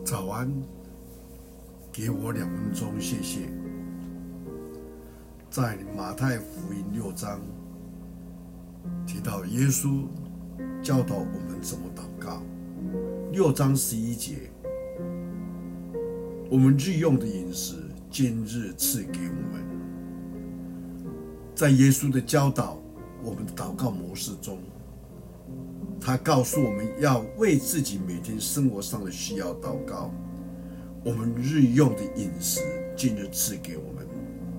早安，给我2分钟，谢谢。在马太福音6章提到耶稣教导我们怎么祷告。6章11节，我们日用的饮食，今日赐给我们。在耶稣的教导我们的祷告模式中，他告诉我们要为自己每天生活上的需要祷告。我们日用的饮食，今日赐给我们。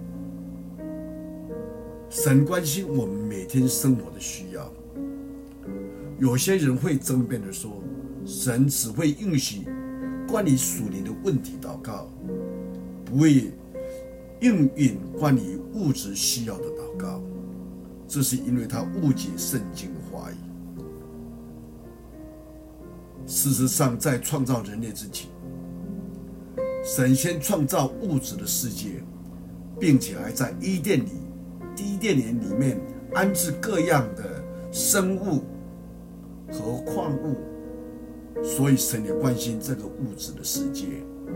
神关心我们每天生活的需要。有些人会争辩的说，神只会允许关于属灵的问题祷告，不会应允关于物质需要的祷告。这是因为他误解圣经的话语。事实上，在创造人类之前，神先创造物质的世界，并且还在伊甸园里面安置各样的生物和矿物，所以神也关心这个物质的世界。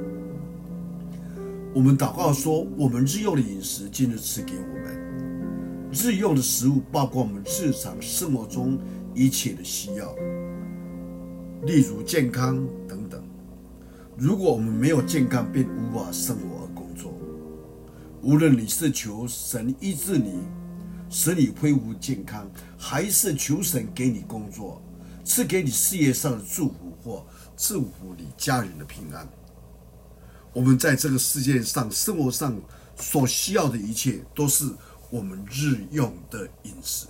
我们祷告说，我们日用的饮食，今日赐给我们。日用的食物包括我们日常生活中一切的需要，例如健康等等。如果我们没有健康，便无法生活和工作。无论你是求神医治你，使你恢复健康，还是求神给你工作，赐给你事业上的祝福，或祝福你家人的平安，我们在这个世界上生活上所需要的一切，都是我们日用的饮食。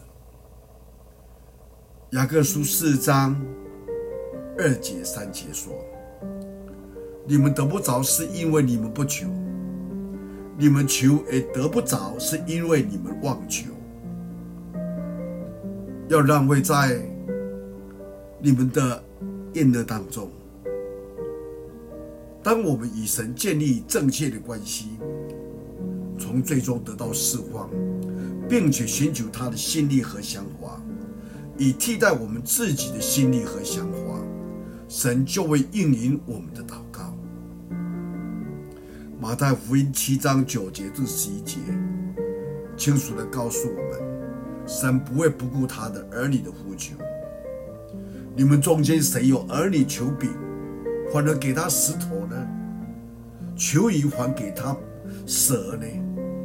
雅各书4章2节3节说，你们得不着，是因为你们不求；你们求也得不着，是因为你们妄求。要让位在你们的宴乐当中。当我们与神建立正确的关系，从最终得到释放，并且寻求他的心意和想法，以替代我们自己的心意和想法，神就会应允我们的祷告。马太福音7章9节至11节清楚地告诉我们，神不会不顾他的儿女的呼求。你们中间谁有儿女求饼，反而给他石头呢？求鱼还给他蛇呢？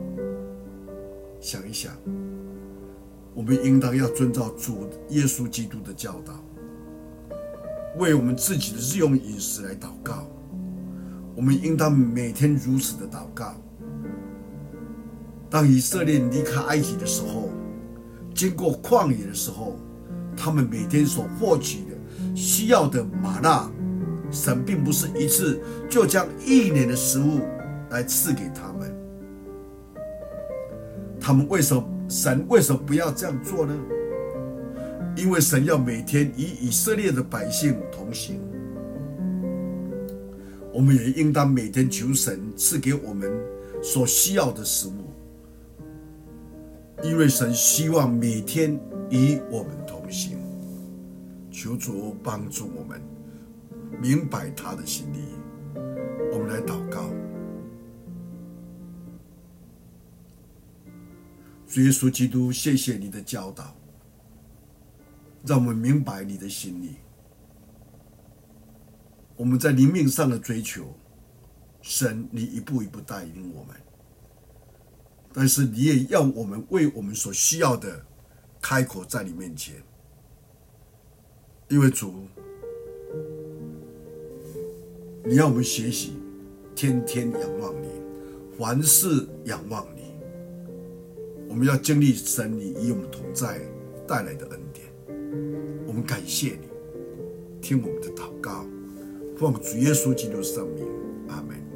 想一想，我们应当要遵照主耶稣基督的教导，为我们自己的日用饮食来祷告。我们应当每天如此的祷告。当以色列离开埃及的时候，经过旷野的时候，他们每天所获取的需要的玛纳，神并不是一次就将1年的食物来赐给他们。神为什么不要这样做呢？因为神要每天与以色列的百姓同行。我们也应当每天求神赐给我们所需要的食物，因为神希望每天与我们同行。求主帮助我们明白他的心意。我们来祷告。主耶稣基督，谢谢你的教导，让我们明白你的心意。我们在灵命上的追求，神你一步一步带领我们，但是你也要我们为我们所需要的开口在你面前。因为主，你要我们学习天天仰望你，凡事仰望你。我们要经历神你与我们同在带来的恩典。我们感谢你，听我们的祷告，奉主耶稣基督的圣名，阿们。